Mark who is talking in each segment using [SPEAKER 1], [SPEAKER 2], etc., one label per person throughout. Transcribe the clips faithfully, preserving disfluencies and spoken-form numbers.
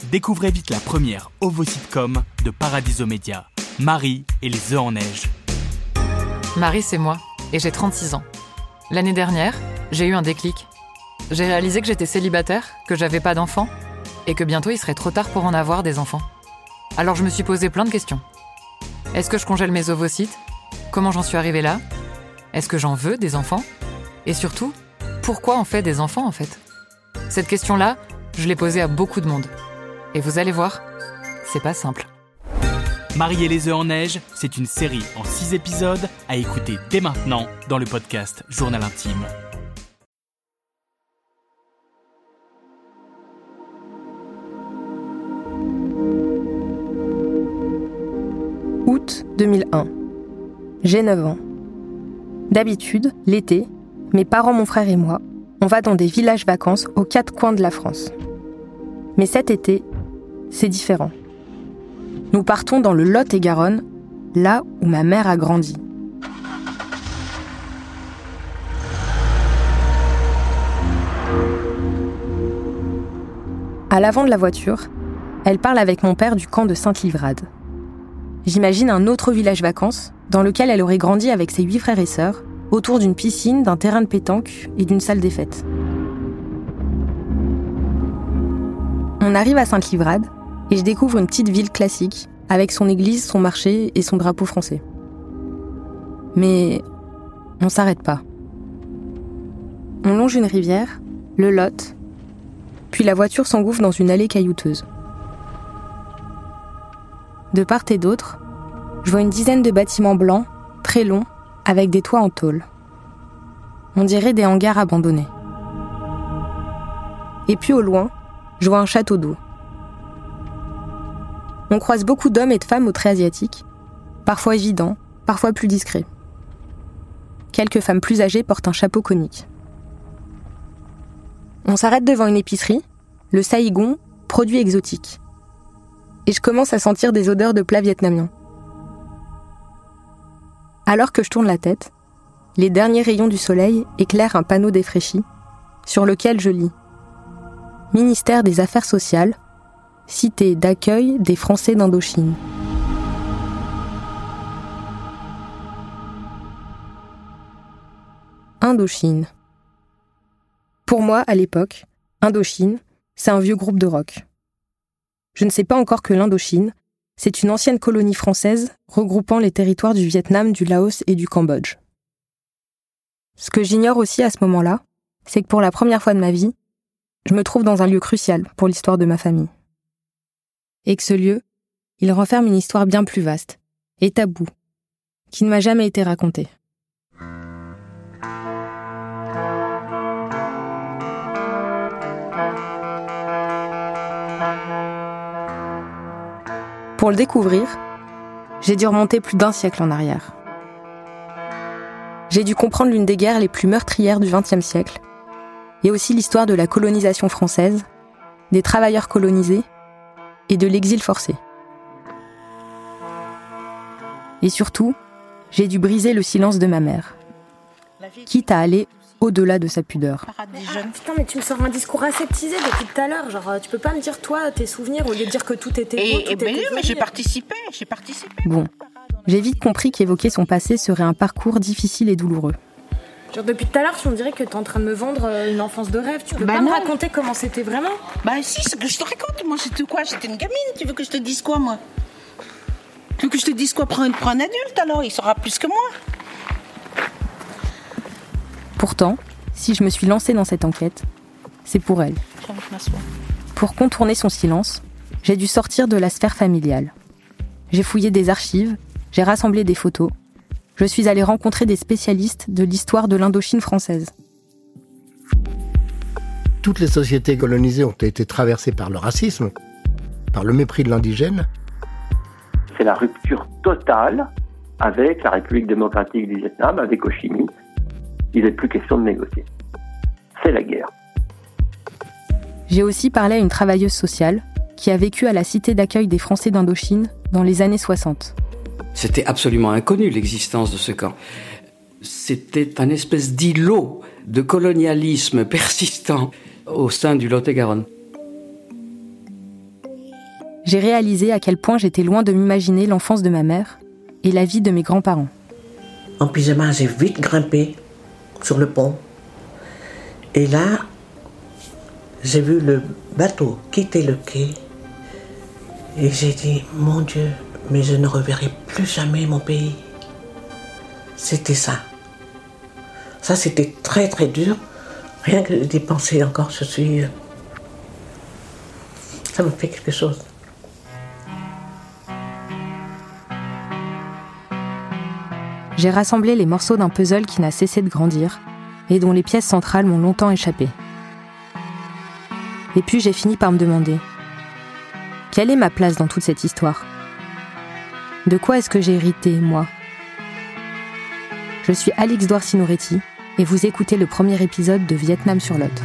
[SPEAKER 1] Découvrez vite la première ovo-sitcom de Paradiso Media, Marie et les œufs en neige.
[SPEAKER 2] Marie, c'est moi, et j'ai trente-six ans. L'année dernière, j'ai eu un déclic. J'ai réalisé que j'étais célibataire, que j'avais pas d'enfants, et que bientôt il serait trop tard pour en avoir des enfants. Alors je me suis posé plein de questions. Est-ce que je congèle mes ovocytes ? Comment j'en suis arrivée là ? Est-ce que j'en veux des enfants ? Et surtout, pourquoi on fait des enfants en fait ? Cette question-là, je l'ai posée à beaucoup de monde. Et vous allez voir, c'est pas simple.
[SPEAKER 1] Marie et les œufs en neige, c'est une série en six épisodes à écouter dès maintenant dans le podcast Journal Intime.
[SPEAKER 3] Août deux mille un. J'ai neuf ans. D'habitude, l'été, mes parents, mon frère et moi, on va dans des villages vacances aux quatre coins de la France. Mais cet été, c'est différent. Nous partons dans le Lot-et-Garonne, là où ma mère a grandi. À l'avant de la voiture, elle parle avec mon père du camp de Sainte-Livrade. J'imagine un autre village vacances dans lequel elle aurait grandi avec ses huit frères et sœurs, autour d'une piscine, d'un terrain de pétanque et d'une salle des fêtes. On arrive à Sainte-Livrade et je découvre une petite ville classique avec son église, son marché et son drapeau français. Mais on s'arrête pas. On longe une rivière, le Lot, puis la voiture s'engouffre dans une allée caillouteuse. De part et d'autre, je vois une dizaine de bâtiments blancs, très longs, avec des toits en tôle. On dirait des hangars abandonnés. Et puis au loin, je vois un château d'eau. On croise beaucoup d'hommes et de femmes aux traits asiatiques, parfois évidents, parfois plus discrets. Quelques femmes plus âgées portent un chapeau conique. On s'arrête devant une épicerie, le Saigon, produit exotique. Et je commence à sentir des odeurs de plats vietnamiens. Alors que je tourne la tête, les derniers rayons du soleil éclairent un panneau défraîchi, sur lequel je lis « Ministère des Affaires sociales, cité d'accueil des Français d'Indochine ». Indochine. Pour moi, à l'époque, Indochine, c'est un vieux groupe de rock. Je ne sais pas encore que l'Indochine, c'est une ancienne colonie française regroupant les territoires du Vietnam, du Laos et du Cambodge. Ce que j'ignore aussi à ce moment-là, c'est que pour la première fois de ma vie, je me trouve dans un lieu crucial pour l'histoire de ma famille. Et que ce lieu, il renferme une histoire bien plus vaste et taboue, qui ne m'a jamais été racontée. Pour le découvrir, j'ai dû remonter plus d'un siècle en arrière. J'ai dû comprendre l'une des guerres les plus meurtrières du vingtième siècle, et aussi l'histoire de la colonisation française, des travailleurs colonisés et de l'exil forcé. Et surtout, j'ai dû briser le silence de ma mère, quitte à aller au-delà de sa pudeur.
[SPEAKER 4] Ah, putain, mais tu me sors un discours aseptisé depuis tout à l'heure. Genre, tu peux pas me dire, toi, tes souvenirs, au lieu de dire que tout était beau,
[SPEAKER 5] et,
[SPEAKER 4] tout
[SPEAKER 5] et ben
[SPEAKER 4] était
[SPEAKER 5] oui, mais j'ai participé, j'ai participé.
[SPEAKER 3] Bon, j'ai vite compris qu'évoquer son passé serait un parcours difficile et douloureux.
[SPEAKER 4] Genre, depuis tout à l'heure, tu me dirais que t'es en train de me vendre une enfance de rêve. Tu peux
[SPEAKER 5] bah
[SPEAKER 4] pas
[SPEAKER 5] non.
[SPEAKER 4] me raconter comment c'était vraiment ?
[SPEAKER 5] Bah si, c'est que je te raconte. Moi, j'étais quoi ? J'étais une gamine. Tu veux que je te dise quoi, moi ? Tu veux que je te dise quoi ? Prends, prends un adulte, alors. Il saura plus que moi.
[SPEAKER 3] Pourtant, si je me suis lancée dans cette enquête, c'est pour elle. Pour contourner son silence, j'ai dû sortir de la sphère familiale. J'ai fouillé des archives, j'ai rassemblé des photos. Je suis allée rencontrer des spécialistes de l'histoire de l'Indochine française.
[SPEAKER 6] Toutes les sociétés colonisées ont été traversées par le racisme, par le mépris de l'indigène.
[SPEAKER 7] C'est la rupture totale avec la République démocratique du Vietnam, avec Ho Chi Minh. Il n'est plus question de négocier. C'est la guerre.
[SPEAKER 3] J'ai aussi parlé à une travailleuse sociale qui a vécu à la cité d'accueil des Français d'Indochine dans les années soixante.
[SPEAKER 8] C'était absolument inconnu, l'existence de ce camp. C'était un espèce d'îlot de colonialisme persistant au sein du Lot-et-Garonne.
[SPEAKER 3] j'ai réalisé à quel point j'étais loin de m'imaginer l'enfance de ma mère et la vie de mes grands-parents.
[SPEAKER 5] En pyjama, j'ai vite grimpé sur le pont. Et là, j'ai vu le bateau quitter le quai. Et j'ai dit, mon Dieu, mais je ne reverrai plus jamais mon pays. C'était ça. Ça, c'était très très dur. Rien que d'y penser encore, je suis... Ça me fait quelque chose.
[SPEAKER 3] J'ai rassemblé les morceaux d'un puzzle qui n'a cessé de grandir et dont les pièces centrales m'ont longtemps échappé. Et puis j'ai fini par me demander, quelle est ma place dans toute cette histoire ? De quoi est-ce que j'ai hérité, moi ? Je suis Alix Douarcy-Nouretti et vous écoutez le premier épisode de Vietnam sur Lot.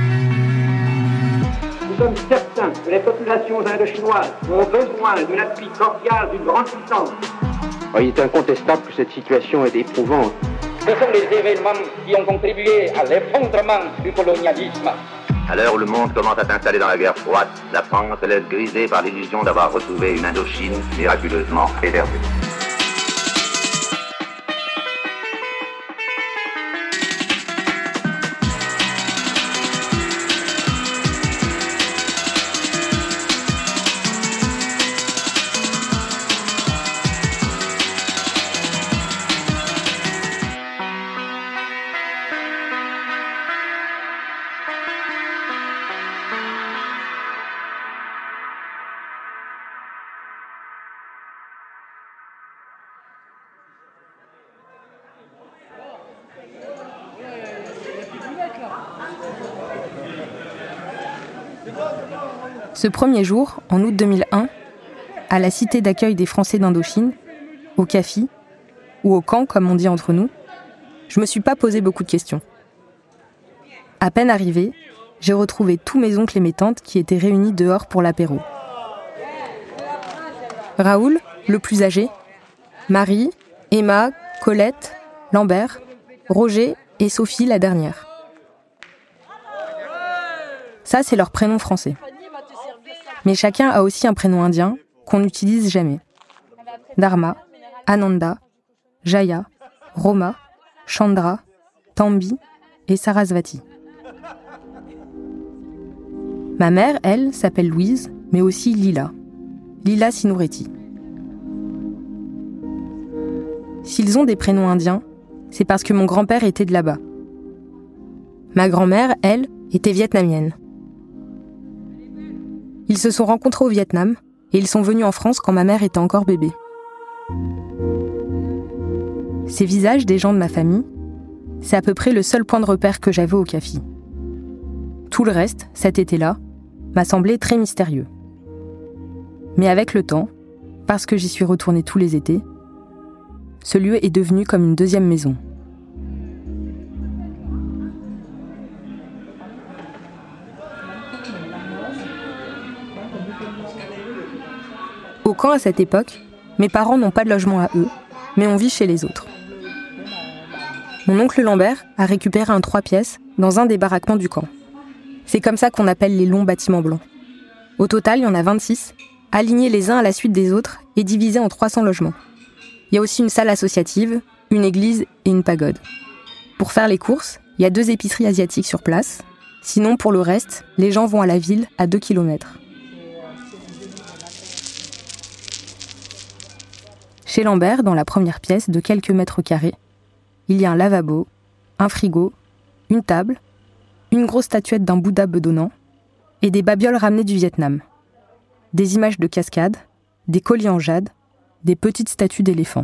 [SPEAKER 9] Nous sommes certains que les populations indo-chinoises ont besoin de l'appui cordial d'une grande puissance.
[SPEAKER 10] Il est incontestable que cette situation est éprouvante.
[SPEAKER 9] Ce sont les événements qui ont contribué à l'effondrement du colonialisme.
[SPEAKER 11] À l'heure où le monde commence à s'installer dans la guerre froide, la France se laisse griser par l'illusion d'avoir retrouvé une Indochine miraculeusement préservée.
[SPEAKER 3] Ce premier jour, en août deux mille un, à la cité d'accueil des Français d'Indochine, au C A F I, ou au camp comme on dit entre nous, je me suis pas posé beaucoup de questions. À peine arrivée, j'ai retrouvé tous mes oncles et mes tantes qui étaient réunis dehors pour l'apéro. Raoul, le plus âgé, Marie, Emma, Colette, Lambert, Roger et Sophie, la dernière. Ça, c'est leur prénom français. Mais chacun a aussi un prénom indien qu'on n'utilise jamais. Dharma, Ananda, Jaya, Roma, Chandra, Tambi et Sarasvati. Ma mère, elle, s'appelle Louise, mais aussi Lila. Lila Sinouretti. S'ils ont des prénoms indiens, c'est parce que mon grand-père était de là-bas. Ma grand-mère, elle, était vietnamienne. Ils se sont rencontrés au Vietnam et ils sont venus en France quand ma mère était encore bébé. Ces visages des gens de ma famille, c'est à peu près le seul point de repère que j'avais au C A F I. Tout le reste, cet été-là, m'a semblé très mystérieux. Mais avec le temps, parce que j'y suis retournée tous les étés, ce lieu est devenu comme une deuxième maison. Au camp, à cette époque, mes parents n'ont pas de logement à eux, mais on vit chez les autres. Mon oncle Lambert a récupéré un trois pièces dans un des baraquements du camp. C'est comme ça qu'on appelle les longs bâtiments blancs. Au total, il y en a vingt-six, alignés les uns à la suite des autres et divisés en trois cents logements. Il y a aussi une salle associative, une église et une pagode. Pour faire les courses, il y a deux épiceries asiatiques sur place. Sinon, pour le reste, les gens vont à la ville à deux kilomètres. Chez Lambert, dans la première pièce de quelques mètres carrés, il y a un lavabo, un frigo, une table, une grosse statuette d'un Bouddha bedonnant et des babioles ramenées du Vietnam. Des images de cascades, des colliers en jade, des petites statues d'éléphants.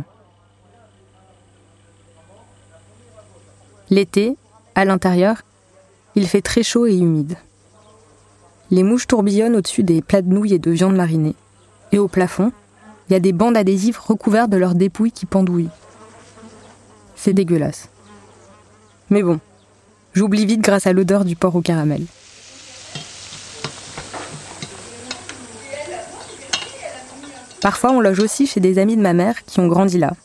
[SPEAKER 3] L'été, à l'intérieur, il fait très chaud et humide. Les mouches tourbillonnent au-dessus des plats de nouilles et de viande marinée. Et au plafond, il y a des bandes adhésives recouvertes de leurs dépouilles qui pendouillent. C'est dégueulasse. Mais bon, j'oublie vite grâce à l'odeur du porc au caramel. Parfois, on loge aussi chez des amis de ma mère qui ont grandi là.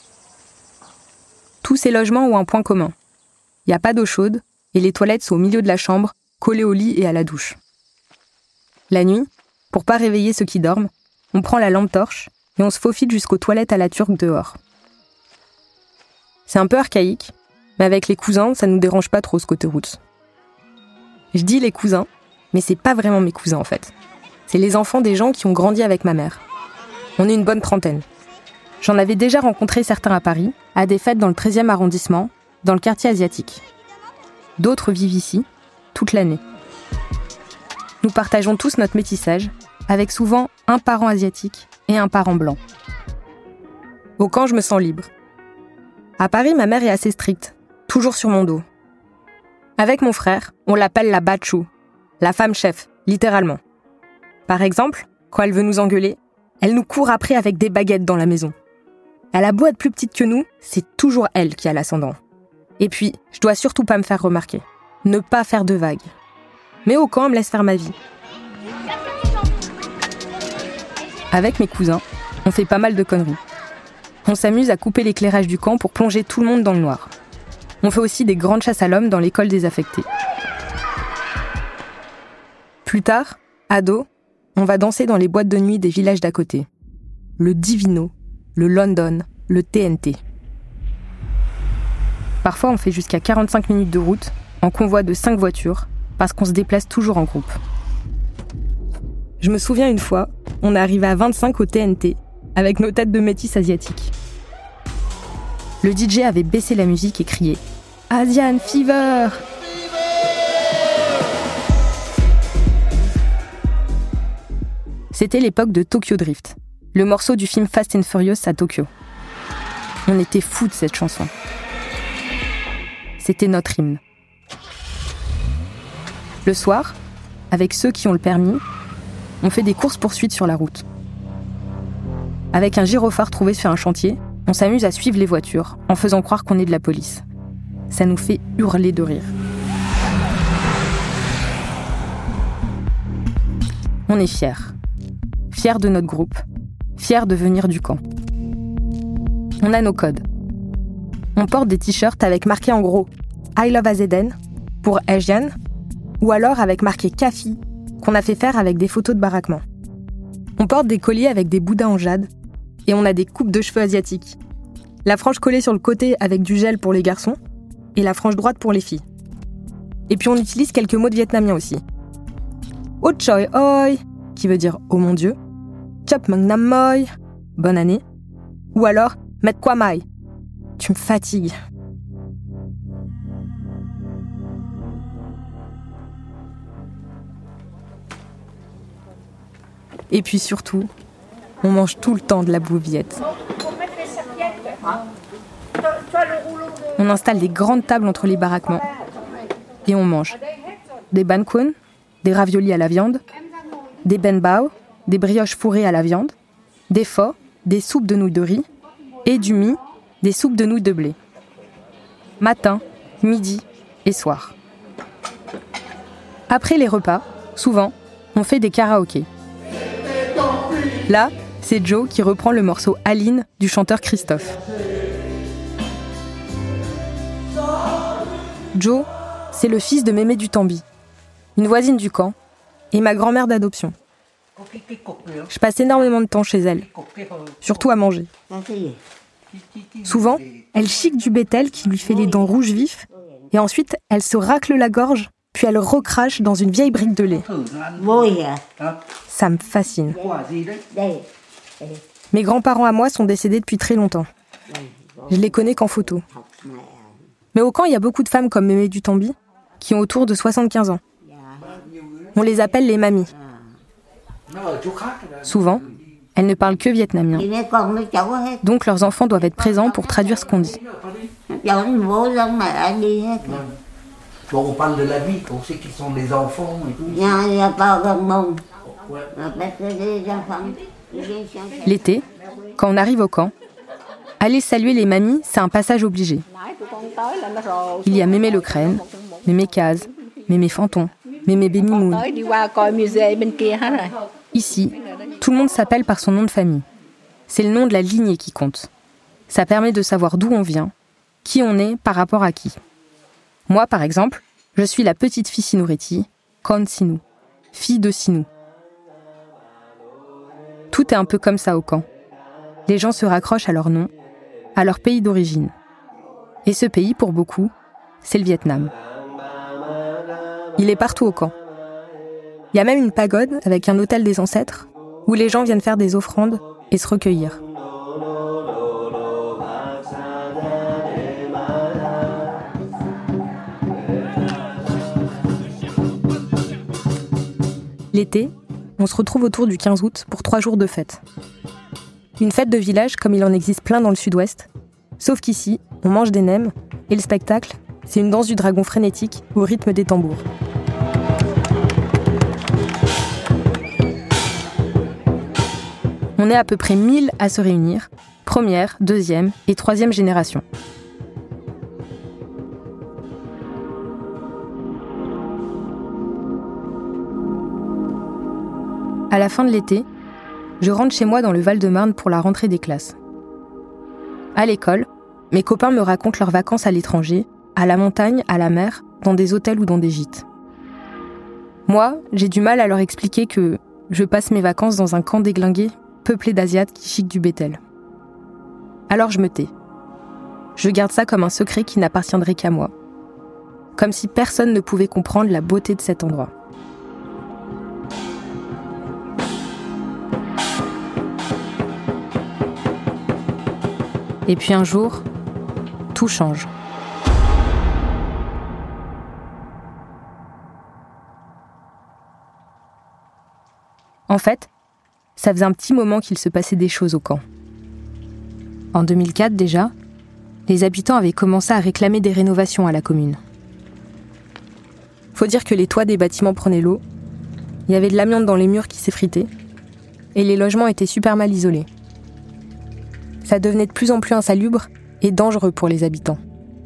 [SPEAKER 3] Tous ces logements ont un point commun. Il n'y a pas d'eau chaude et les toilettes sont au milieu de la chambre, collées au lit et à la douche. La nuit, Pour pas réveiller ceux qui dorment, on prend la lampe torche et on se faufile jusqu'aux toilettes à la turque dehors. C'est un peu archaïque, mais avec les cousins, ça nous dérange pas trop ce côté roots. Je dis les cousins, mais c'est pas vraiment mes cousins en fait. C'est les enfants des gens qui ont grandi avec ma mère. On est une bonne trentaine. J'en avais déjà rencontré certains à Paris, à des fêtes dans le treizième arrondissement, dans le quartier asiatique. D'autres vivent ici, toute l'année. Nous partageons tous notre métissage, avec souvent un parent asiatique et un parent blanc. Au camp, je me sens libre. À Paris, ma mère est assez stricte, toujours sur mon dos. Avec mon frère, on l'appelle la Bachou, la femme chef, littéralement. Par exemple, quand elle veut nous engueuler, elle nous court après avec des baguettes dans la maison. Elle a beau être plus petite que nous, c'est toujours elle qui a l'ascendant. Et puis, je dois surtout pas me faire remarquer. Ne pas faire de vagues. Mais au camp, on me laisse faire ma vie. Avec mes cousins, on fait pas mal de conneries. On s'amuse à couper l'éclairage du camp pour plonger tout le monde dans le noir. On fait aussi des grandes chasses à l'homme dans l'école désaffectée. Plus tard, ado, on va danser dans les boîtes de nuit des villages d'à côté. Le Divino, le London, le T N T. Parfois, on fait jusqu'à quarante-cinq minutes de route, en convoi de cinq voitures, parce qu'on se déplace toujours en groupe. Je me souviens une fois, on est arrivé à vingt-cinq au T N T, avec nos têtes de métis asiatiques. Le D J avait baissé la musique et crié « Asian Fever !» C'était l'époque de Tokyo Drift, le morceau du film Fast and Furious à Tokyo. On était fous de cette chanson. C'était notre hymne. Le soir, avec ceux qui ont le permis, on fait des courses-poursuites sur la route. Avec un gyrophare trouvé sur un chantier, on s'amuse à suivre les voitures, en faisant croire qu'on est de la police. Ça nous fait hurler de rire. On est fiers. Fiers de notre groupe. Fiers de venir du camp. On a nos codes. On porte des t-shirts avec marqué en gros « I love A Z N » pour Asian, ou alors avec marqué « Kafi » qu'on a fait faire avec des photos de baraquement. On porte des colliers avec des bouddhas en jade et on a des coupes de cheveux asiatiques. La frange collée sur le côté avec du gel pour les garçons et la frange droite pour les filles. Et puis on utilise quelques mots de vietnamien aussi. O choi oi, qui veut dire « Oh mon Dieu », Chop mang nam moi, bonne année, ou alors Met quoi mai, tu me fatigues. Et puis surtout, on mange tout le temps de la bouviette. On installe des grandes tables entre les baraquements et on mange des ban kun, des raviolis à la viande, des ben bao, des brioches fourrées à la viande, des pho, des soupes de nouilles de riz et du mie, des soupes de nouilles de blé. Matin, midi et soir. Après les repas, souvent, on fait des karaokés. Là, c'est Joe qui reprend le morceau Aline du chanteur Christophe. Joe, c'est le fils de Mémé du Tambi, une voisine du camp, et ma grand-mère d'adoption. Je passe énormément de temps chez elle, surtout à manger. Souvent, elle chique du bétel qui lui fait les dents rouges vifs, et ensuite, elle se racle la gorge, puis elle recrache dans une vieille brique de lait. Ça me fascine. Mes grands-parents à moi sont décédés depuis très longtemps. Je les connais qu'en photo. Mais au camp, il y a beaucoup de femmes comme Mémé du Tambi, qui ont autour de soixante-quinze ans. On les appelle les mamies. Souvent, elles ne parlent que vietnamien. Donc leurs enfants doivent être présents pour traduire ce qu'on dit.
[SPEAKER 12] Bon, on parle de la vie, on sait qu'ils sont des enfants et tout.
[SPEAKER 3] L'été, quand on arrive au camp, aller saluer les mamies, c'est un passage obligé. Il y a Mémé le Crène, Mémé Case, Mémé Fanton, Mémé Baby Moon. Ici, tout le monde s'appelle par son nom de famille. C'est le nom de la lignée qui compte. Ça permet de savoir d'où on vient, qui on est par rapport à qui. Moi, par exemple, je suis la petite fille Sinureti, Kon Sinu, fille de Sinu. Tout est un peu comme ça au camp. Les gens se raccrochent à leur nom, à leur pays d'origine. Et ce pays, pour beaucoup, c'est le Vietnam. Il est partout au camp. Il y a même une pagode avec un autel des ancêtres où les gens viennent faire des offrandes et se recueillir. L'été, on se retrouve autour du quinze août pour trois jours de fête. Une fête de village comme il en existe plein dans le sud-ouest, sauf qu'ici, on mange des nems et le spectacle, c'est une danse du dragon frénétique au rythme des tambours. On est à peu près mille à se réunir, première, deuxième et troisième génération. À la fin de l'été, je rentre chez moi dans le Val-de-Marne pour la rentrée des classes. À l'école, mes copains me racontent leurs vacances à l'étranger, à la montagne, à la mer, dans des hôtels ou dans des gîtes. Moi, j'ai du mal à leur expliquer que je passe mes vacances dans un camp déglingué, peuplé d'Asiates qui chiquent du bétel. Alors je me tais. Je garde ça comme un secret qui n'appartiendrait qu'à moi. Comme si personne ne pouvait comprendre la beauté de cet endroit. Et puis un jour, tout change. En fait, ça faisait un petit moment qu'il se passait des choses au camp. En deux mille quatre déjà, les habitants avaient commencé à réclamer des rénovations à la commune. Faut dire que les toits des bâtiments prenaient l'eau, il y avait de l'amiante dans les murs qui s'effritaient, et les logements étaient super mal isolés. Ça devenait de plus en plus insalubre et dangereux pour les habitants.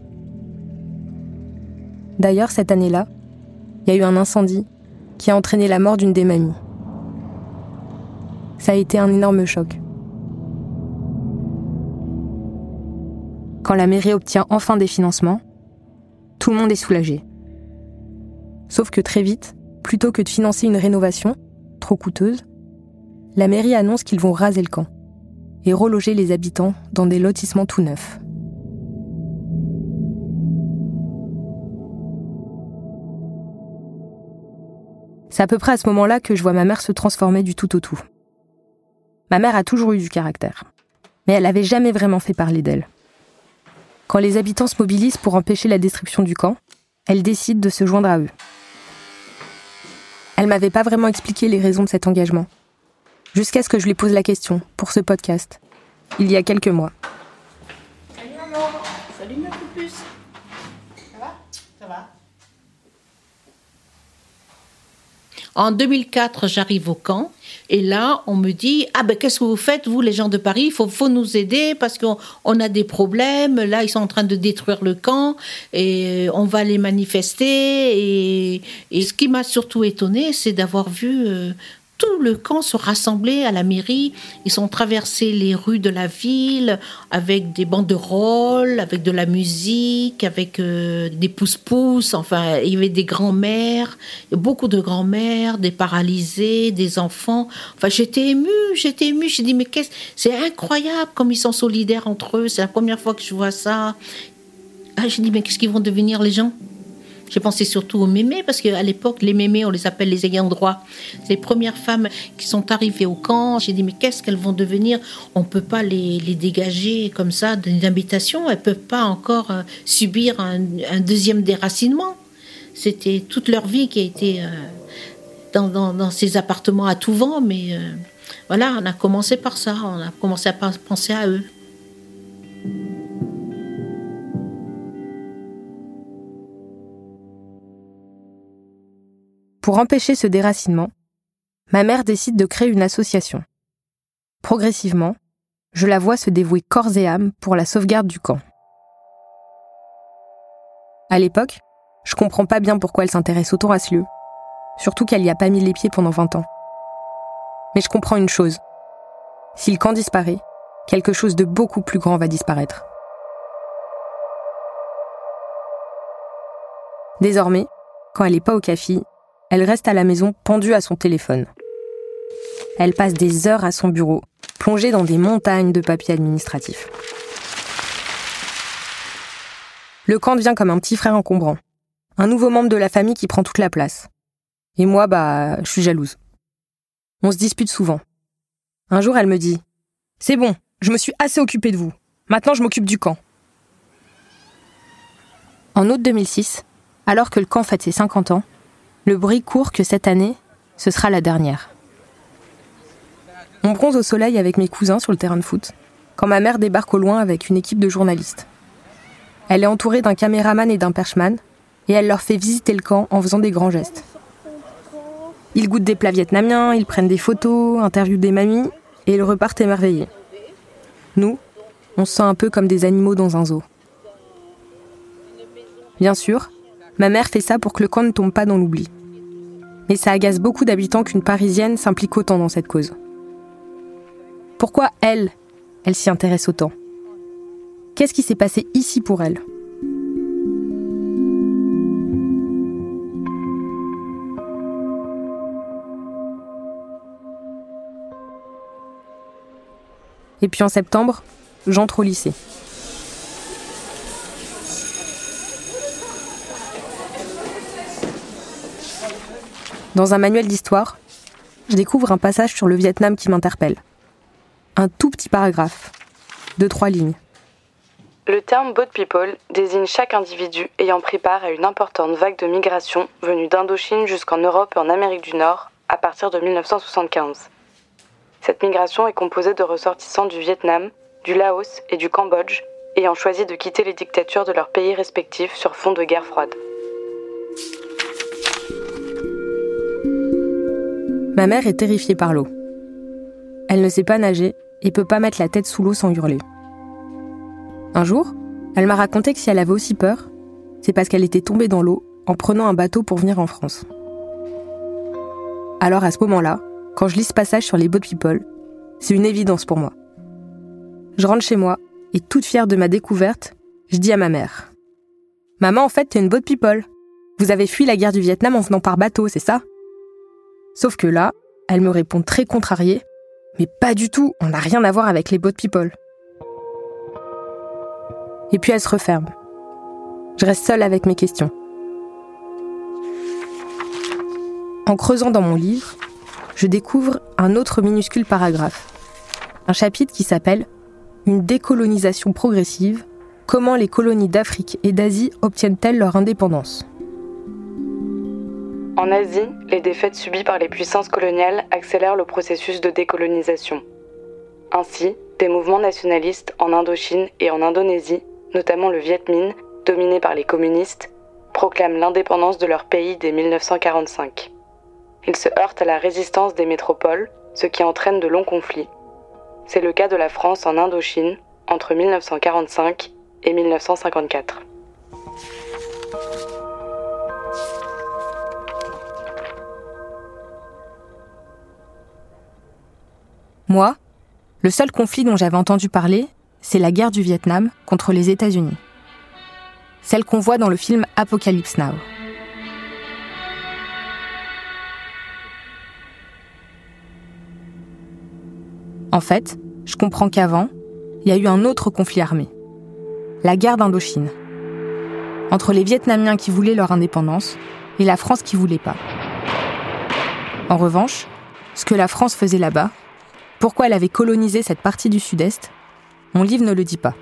[SPEAKER 3] D'ailleurs, cette année-là, il y a eu un incendie qui a entraîné la mort d'une des mamies. Ça a été un énorme choc. Quand la mairie obtient enfin des financements, tout le monde est soulagé. Sauf que très vite, plutôt que de financer une rénovation, trop coûteuse, la mairie annonce qu'ils vont raser le camp et reloger les habitants dans des lotissements tout neufs. C'est à peu près à ce moment-là que je vois ma mère se transformer du tout au tout. Ma mère a toujours eu du caractère, mais elle n'avait jamais vraiment fait parler d'elle. Quand les habitants se mobilisent pour empêcher la destruction du camp, elle décide de se joindre à eux. Elle m'avait pas vraiment expliqué les raisons de cet engagement, jusqu'à ce que je lui pose la question pour ce podcast, il y a quelques mois.
[SPEAKER 13] Salut maman, salut ma poupuce. Ça va ? Ça va. En deux mille quatre, j'arrive au camp et là, on me dit « Ah ben qu'est-ce que vous faites, vous les gens de Paris ? Il faut, faut nous aider parce qu'on on a des problèmes. Là, ils sont en train de détruire le camp et on va les manifester. » Et, et ce qui m'a surtout étonnée, c'est d'avoir vu... Euh, tout le camp se rassembler à la mairie. Ils sont traversés les rues de la ville avec des banderoles, avec de la musique, avec euh, des pousse-pousse. Enfin, il y avait des grands-mères, beaucoup de grands-mères, des paralysés, des enfants. Enfin, j'étais émue, j'étais émue. J'ai dit, mais qu'est-ce... C'est incroyable comme ils sont solidaires entre eux. C'est la première fois que je vois ça. Ah, j'ai dit, mais qu'est-ce qu'ils vont devenir les gens ? J'ai pensé surtout aux mémés, parce qu'à l'époque, les mémés, on les appelle les ayants droit. C'est les premières femmes qui sont arrivées au camp. J'ai dit, mais qu'est-ce qu'elles vont devenir ? On ne peut pas les, les dégager comme ça d'une habitation. Elles ne peuvent pas encore euh, subir un, un deuxième déracinement. C'était toute leur vie qui a été euh, dans, dans, dans ces appartements à tout vent. Mais euh, voilà, on a commencé par ça. On a commencé à penser à eux.
[SPEAKER 3] Pour empêcher ce déracinement, ma mère décide de créer une association. Progressivement, je la vois se dévouer corps et âme pour la sauvegarde du camp. À l'époque, je comprends pas bien pourquoi elle s'intéresse autant à ce lieu, surtout qu'elle y a pas mis les pieds pendant vingt ans. Mais je comprends une chose. Si le camp disparaît, quelque chose de beaucoup plus grand va disparaître. Désormais, quand elle est pas au café, elle reste à la maison pendue à son téléphone. elle passe des heures à son bureau, plongée dans des montagnes de papiers administratifs. Le camp devient comme un petit frère encombrant. Un nouveau membre de la famille qui prend toute la place. Et moi, bah, je suis jalouse. On se dispute souvent. Un jour, elle me dit « C'est bon, je me suis assez occupée de vous. Maintenant, je m'occupe du camp. » En août deux mille six, alors que le camp fête ses cinquante ans, le bruit court que cette année, ce sera la dernière. On bronze au soleil avec mes cousins sur le terrain de foot, quand ma mère débarque au loin avec une équipe de journalistes. Elle est entourée d'un caméraman et d'un perchman, et elle leur fait visiter le camp en faisant des grands gestes. Ils goûtent des plats vietnamiens, ils prennent des photos, interviewent des mamies, et ils repartent émerveillés. Nous, on se sent un peu comme des animaux dans un zoo. Bien sûr, ma mère fait ça pour que le camp ne tombe pas dans l'oubli. Mais ça agace beaucoup d'habitants qu'une Parisienne s'implique autant dans cette cause. Pourquoi elle, elle s'y intéresse autant ? Qu'est-ce qui s'est passé ici pour elle ? Et puis en septembre, j'entre au lycée. Dans un manuel d'histoire, je découvre un passage sur le Vietnam qui m'interpelle. Un tout petit paragraphe, de trois lignes.
[SPEAKER 14] Le terme « boat people » désigne chaque individu ayant pris part à une importante vague de migration venue d'Indochine jusqu'en Europe et en Amérique du Nord à partir de mille neuf cent soixante-quinze. Cette migration est composée de ressortissants du Vietnam, du Laos et du Cambodge, ayant choisi de quitter les dictatures de leurs pays respectifs sur fond de guerre froide.
[SPEAKER 3] Ma mère est terrifiée par l'eau. Elle ne sait pas nager et peut pas mettre la tête sous l'eau sans hurler. Un jour, elle m'a raconté que si elle avait aussi peur, c'est parce qu'elle était tombée dans l'eau en prenant un bateau pour venir en France. Alors à ce moment-là, quand je lis ce passage sur les boat people, c'est une évidence pour moi. Je rentre chez moi et toute fière de ma découverte, je dis à ma mère « Maman, en fait, t'es une boat people. Vous avez fui la guerre du Vietnam en venant par bateau, c'est ça ?» Sauf que là, elle me répond très contrariée « Mais pas du tout, on n'a rien à voir avec les boat people. » Et puis elle se referme. Je reste seule avec mes questions. En creusant dans mon livre, je découvre un autre minuscule paragraphe. Un chapitre qui s'appelle « Une décolonisation progressive. Comment les colonies d'Afrique et d'Asie obtiennent-elles leur indépendance ?»
[SPEAKER 14] En Asie, les défaites subies par les puissances coloniales accélèrent le processus de décolonisation. Ainsi, des mouvements nationalistes en Indochine et en Indonésie, notamment le Viet Minh, dominé par les communistes, proclament l'indépendance de leur pays dès mille neuf cent quarante-cinq. Ils se heurtent à la résistance des métropoles, ce qui entraîne de longs conflits. C'est le cas de la France en Indochine, entre mille neuf cent quarante-cinq et mille neuf cent cinquante-quatre.
[SPEAKER 3] Moi, le seul conflit dont j'avais entendu parler, c'est la guerre du Vietnam contre les États-Unis. Celle qu'on voit dans le film Apocalypse Now. En fait, je comprends qu'avant, il y a eu un autre conflit armé. La guerre d'Indochine. Entre les Vietnamiens qui voulaient leur indépendance et la France qui voulait pas. En revanche, ce que la France faisait là-bas, pourquoi elle avait colonisé cette partie du Sud-Est, mon livre ne le dit pas.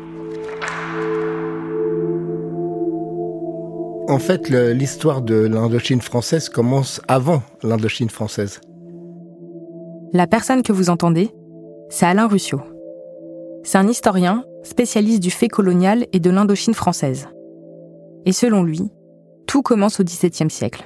[SPEAKER 6] En fait, le, l'histoire de l'Indochine française commence avant l'Indochine française.
[SPEAKER 3] La personne que vous entendez, c'est Alain Ruscio. C'est un historien spécialiste du fait colonial et de l'Indochine française. Et selon lui, tout commence au dix-septième siècle.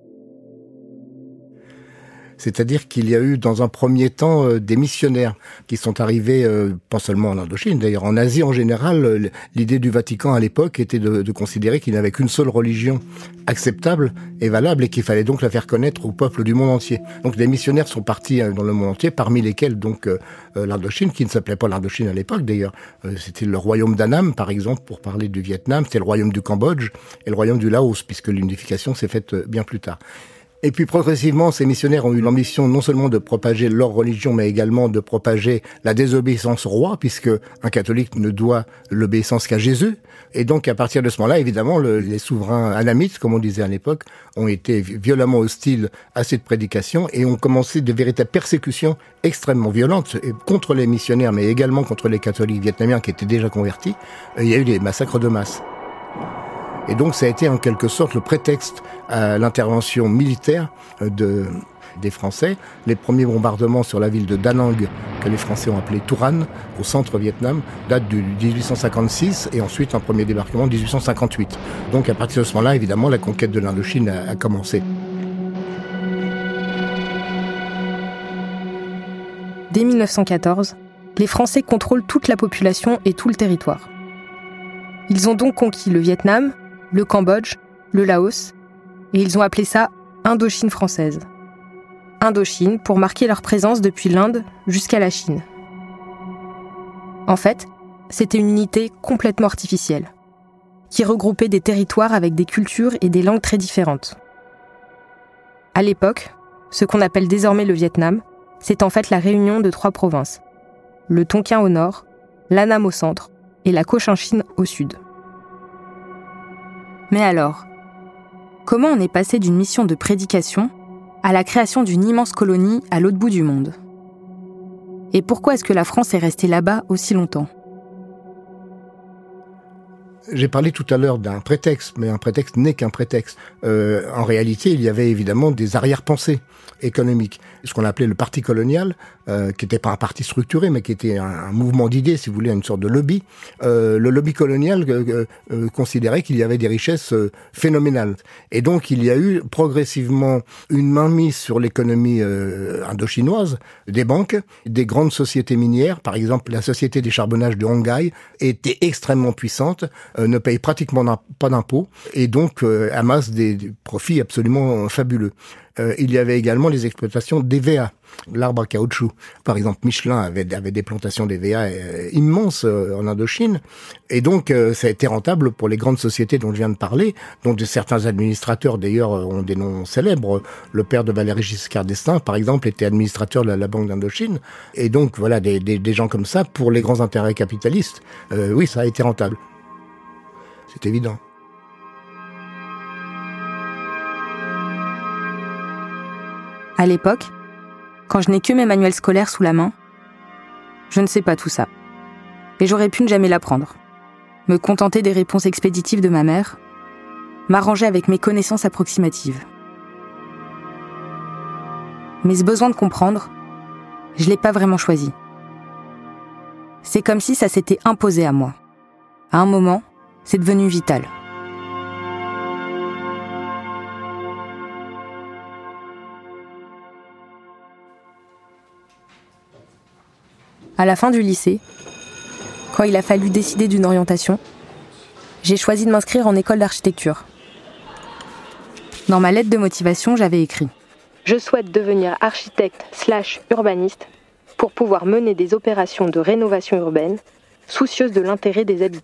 [SPEAKER 6] C'est-à-dire qu'il y a eu dans un premier temps euh, des missionnaires qui sont arrivés, euh, pas seulement en Indochine, d'ailleurs en Asie en général. Euh, l'idée du Vatican à l'époque était de, de considérer qu'il n'y avait qu'une seule religion acceptable et valable et qu'il fallait donc la faire connaître au peuple du monde entier. Donc des missionnaires sont partis euh, dans le monde entier, parmi lesquels donc euh, euh, l'Indochine, qui ne s'appelait pas l'Indochine à l'époque d'ailleurs. Euh, c'était le royaume d'Annam par exemple, pour parler du Vietnam, c'était le royaume du Cambodge et le royaume du Laos, puisque l'unification s'est faite euh, bien plus tard. Et puis progressivement, ces missionnaires ont eu l'ambition non seulement de propager leur religion, mais également de propager la désobéissance au roi, puisque un catholique ne doit l'obéissance qu'à Jésus. Et donc à partir de ce moment-là, évidemment, le, les souverains anamites, comme on disait à l'époque, ont été violemment hostiles à cette prédication et ont commencé de véritables persécutions extrêmement violentes contre les missionnaires, mais également contre les catholiques vietnamiens qui étaient déjà convertis. Il y a eu des massacres de masse. Et donc ça a été en quelque sorte le prétexte à l'intervention militaire de, des Français. Les premiers bombardements sur la ville de Da Nang, que les Français ont appelé Turan, au centre Vietnam, datent du dix-huit cent cinquante-six et ensuite un premier débarquement en dix-huit cent cinquante-huit. Donc à partir de ce moment-là, évidemment, la conquête de l'Indochine a, a commencé.
[SPEAKER 3] Dès mille neuf cent quatorze, les Français contrôlent toute la population et tout le territoire. Ils ont donc conquis le Vietnam, le Cambodge, le Laos, et ils ont appelé ça Indochine française. Indochine pour marquer leur présence depuis l'Inde jusqu'à la Chine. En fait, c'était une unité complètement artificielle, qui regroupait des territoires avec des cultures et des langues très différentes. À l'époque, ce qu'on appelle désormais le Vietnam, c'est en fait la réunion de trois provinces. Le Tonkin au nord, l'Annam au centre et la Cochinchine au sud. Mais alors, comment on est passé d'une mission de prédication à la création d'une immense colonie à l'autre bout du monde ? Et pourquoi est-ce que la France est restée là-bas aussi longtemps ?
[SPEAKER 6] J'ai parlé tout à l'heure d'un prétexte, mais un prétexte n'est qu'un prétexte. Euh, en réalité, il y avait évidemment des arrière-pensées économiques. Ce qu'on appelait le parti colonial, euh, qui n'était pas un parti structuré, mais qui était un, un mouvement d'idées, si vous voulez, une sorte de lobby. Euh, le lobby colonial euh, euh, considérait qu'il y avait des richesses euh, phénoménales. Et donc, il y a eu progressivement une mainmise sur l'économie euh, indochinoise, des banques, des grandes sociétés minières. Par exemple, la société des charbonnages de Hong Hai était extrêmement puissante, euh, ne paye pratiquement pas d'impôts, et donc euh, amasse des, des profits absolument fabuleux. Euh, il y avait également les exploitations d'E V A, l'arbre à caoutchouc. Par exemple, Michelin avait, avait des plantations d'E V A euh, immenses euh, en Indochine. Et donc, euh, ça a été rentable pour les grandes sociétés dont je viens de parler, dont de certains administrateurs, d'ailleurs, ont des noms célèbres. Le père de Valéry Giscard d'Estaing, par exemple, était administrateur de la, la Banque d'Indochine. Et donc, voilà, des, des, des gens comme ça, pour les grands intérêts capitalistes, euh, oui, ça a été rentable. C'est évident.
[SPEAKER 3] À l'époque, quand je n'ai que mes manuels scolaires sous la main, je ne sais pas tout ça. Et j'aurais pu ne jamais l'apprendre. Me contenter des réponses expéditives de ma mère, m'arranger avec mes connaissances approximatives. Mais ce besoin de comprendre, je ne l'ai pas vraiment choisi. C'est comme si ça s'était imposé à moi. À un moment, c'est devenu vital. À la fin du lycée, quand il a fallu décider d'une orientation, j'ai choisi de m'inscrire en école d'architecture. Dans ma lettre de motivation, j'avais écrit « Je souhaite devenir architecte slash urbaniste pour pouvoir mener des opérations de rénovation urbaine soucieuse de l'intérêt des habitants. »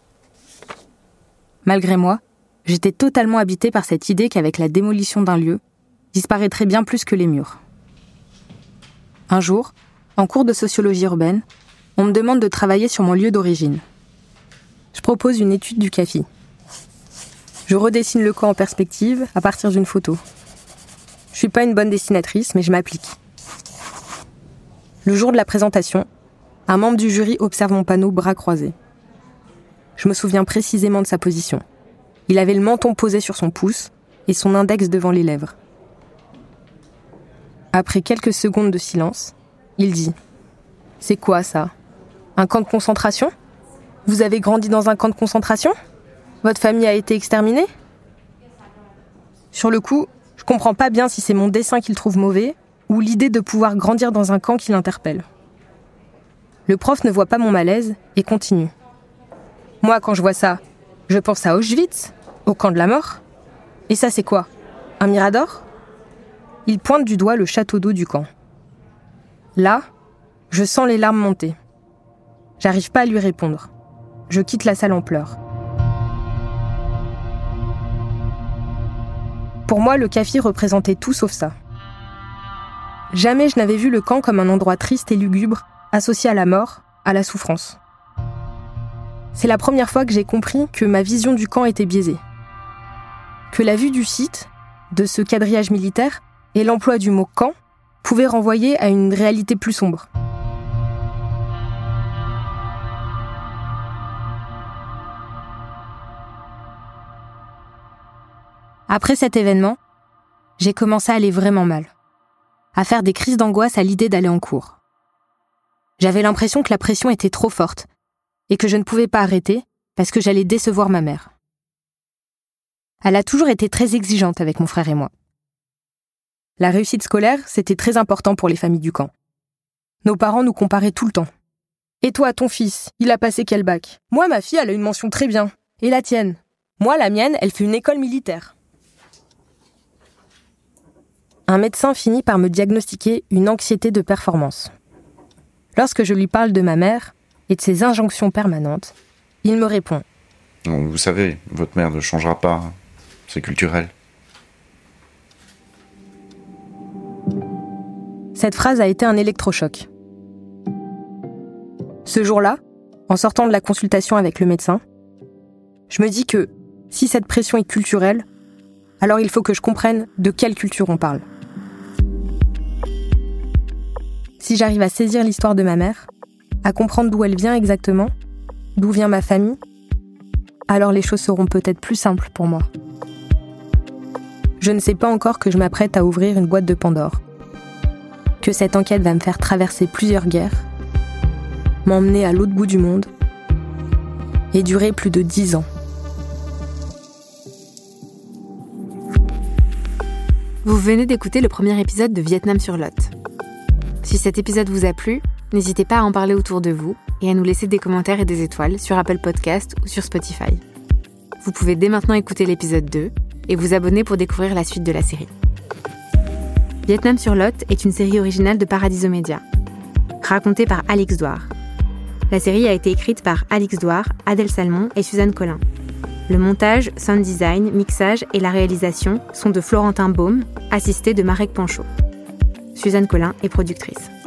[SPEAKER 3] Malgré moi, j'étais totalement habitée par cette idée qu'avec la démolition d'un lieu, disparaîtraient bien plus que les murs. Un jour, en cours de sociologie urbaine, on me demande de travailler sur mon lieu d'origine. Je propose une étude du C A F I. Je redessine le camp en perspective à partir d'une photo. Je suis pas une bonne dessinatrice, mais je m'applique. Le jour de la présentation, un membre du jury observe mon panneau bras croisés. Je me souviens précisément de sa position. Il avait le menton posé sur son pouce et son index devant les lèvres. Après quelques secondes de silence, il dit « C'est quoi ça ? Un camp de concentration ? Vous avez grandi dans un camp de concentration ? Votre famille a été exterminée ? » Sur le coup, je comprends pas bien si c'est mon dessin qu'il trouve mauvais ou l'idée de pouvoir grandir dans un camp qui l'interpelle. Le prof ne voit pas mon malaise et continue. « Moi, quand je vois ça, je pense à Auschwitz, au camp de la mort. Et ça, c'est quoi ? Un mirador ? » Il pointe du doigt le château d'eau du camp. Là, je sens les larmes monter. J'arrive pas à lui répondre. Je quitte la salle en pleurs. Pour moi, le Cafi représentait tout sauf ça. Jamais je n'avais vu le camp comme un endroit triste et lugubre, associé à la mort, à la souffrance. C'est la première fois que j'ai compris que ma vision du camp était biaisée. Que la vue du site, de ce quadrillage militaire, et l'emploi du mot « camp » pouvaient renvoyer à une réalité plus sombre. Après cet événement, j'ai commencé à aller vraiment mal, à faire des crises d'angoisse à l'idée d'aller en cours. J'avais l'impression que la pression était trop forte et que je ne pouvais pas arrêter parce que j'allais décevoir ma mère. Elle a toujours été très exigeante avec mon frère et moi. La réussite scolaire, c'était très important pour les familles du camp. Nos parents nous comparaient tout le temps. « Et toi, ton fils, il a passé quel bac ? Moi, ma fille, elle a une mention très bien. Et la tienne ? Moi, la mienne, elle fait une école militaire. » Un médecin finit par me diagnostiquer une anxiété de performance. Lorsque je lui parle de ma mère et de ses injonctions permanentes, il me répond
[SPEAKER 15] « Vous savez, votre mère ne changera pas. C'est culturel. »
[SPEAKER 3] Cette phrase a été un électrochoc. Ce jour-là, en sortant de la consultation avec le médecin, je me dis que si cette pression est culturelle, alors il faut que je comprenne de quelle culture on parle. Si j'arrive à saisir l'histoire de ma mère, à comprendre d'où elle vient exactement, d'où vient ma famille, alors les choses seront peut-être plus simples pour moi. Je ne sais pas encore que je m'apprête à ouvrir une boîte de Pandore, que cette enquête va me faire traverser plusieurs guerres, m'emmener à l'autre bout du monde et durer plus de dix ans.
[SPEAKER 16] Vous venez d'écouter le premier épisode de Vietnam sur Lot. Si cet épisode vous a plu, n'hésitez pas à en parler autour de vous et à nous laisser des commentaires et des étoiles sur Apple Podcasts ou sur Spotify. Vous pouvez dès maintenant écouter l'épisode deux et vous abonner pour découvrir la suite de la série. Vietnam sur Lot est une série originale de Paradiso Media, racontée par Alix Douar. La série a été écrite par Alix Douar, Adèle Salmon et Suzanne Collin. Le montage, sound design, mixage et la réalisation sont de Florentin Baume, assisté de Marek Panchaud. Suzanne Collin est productrice.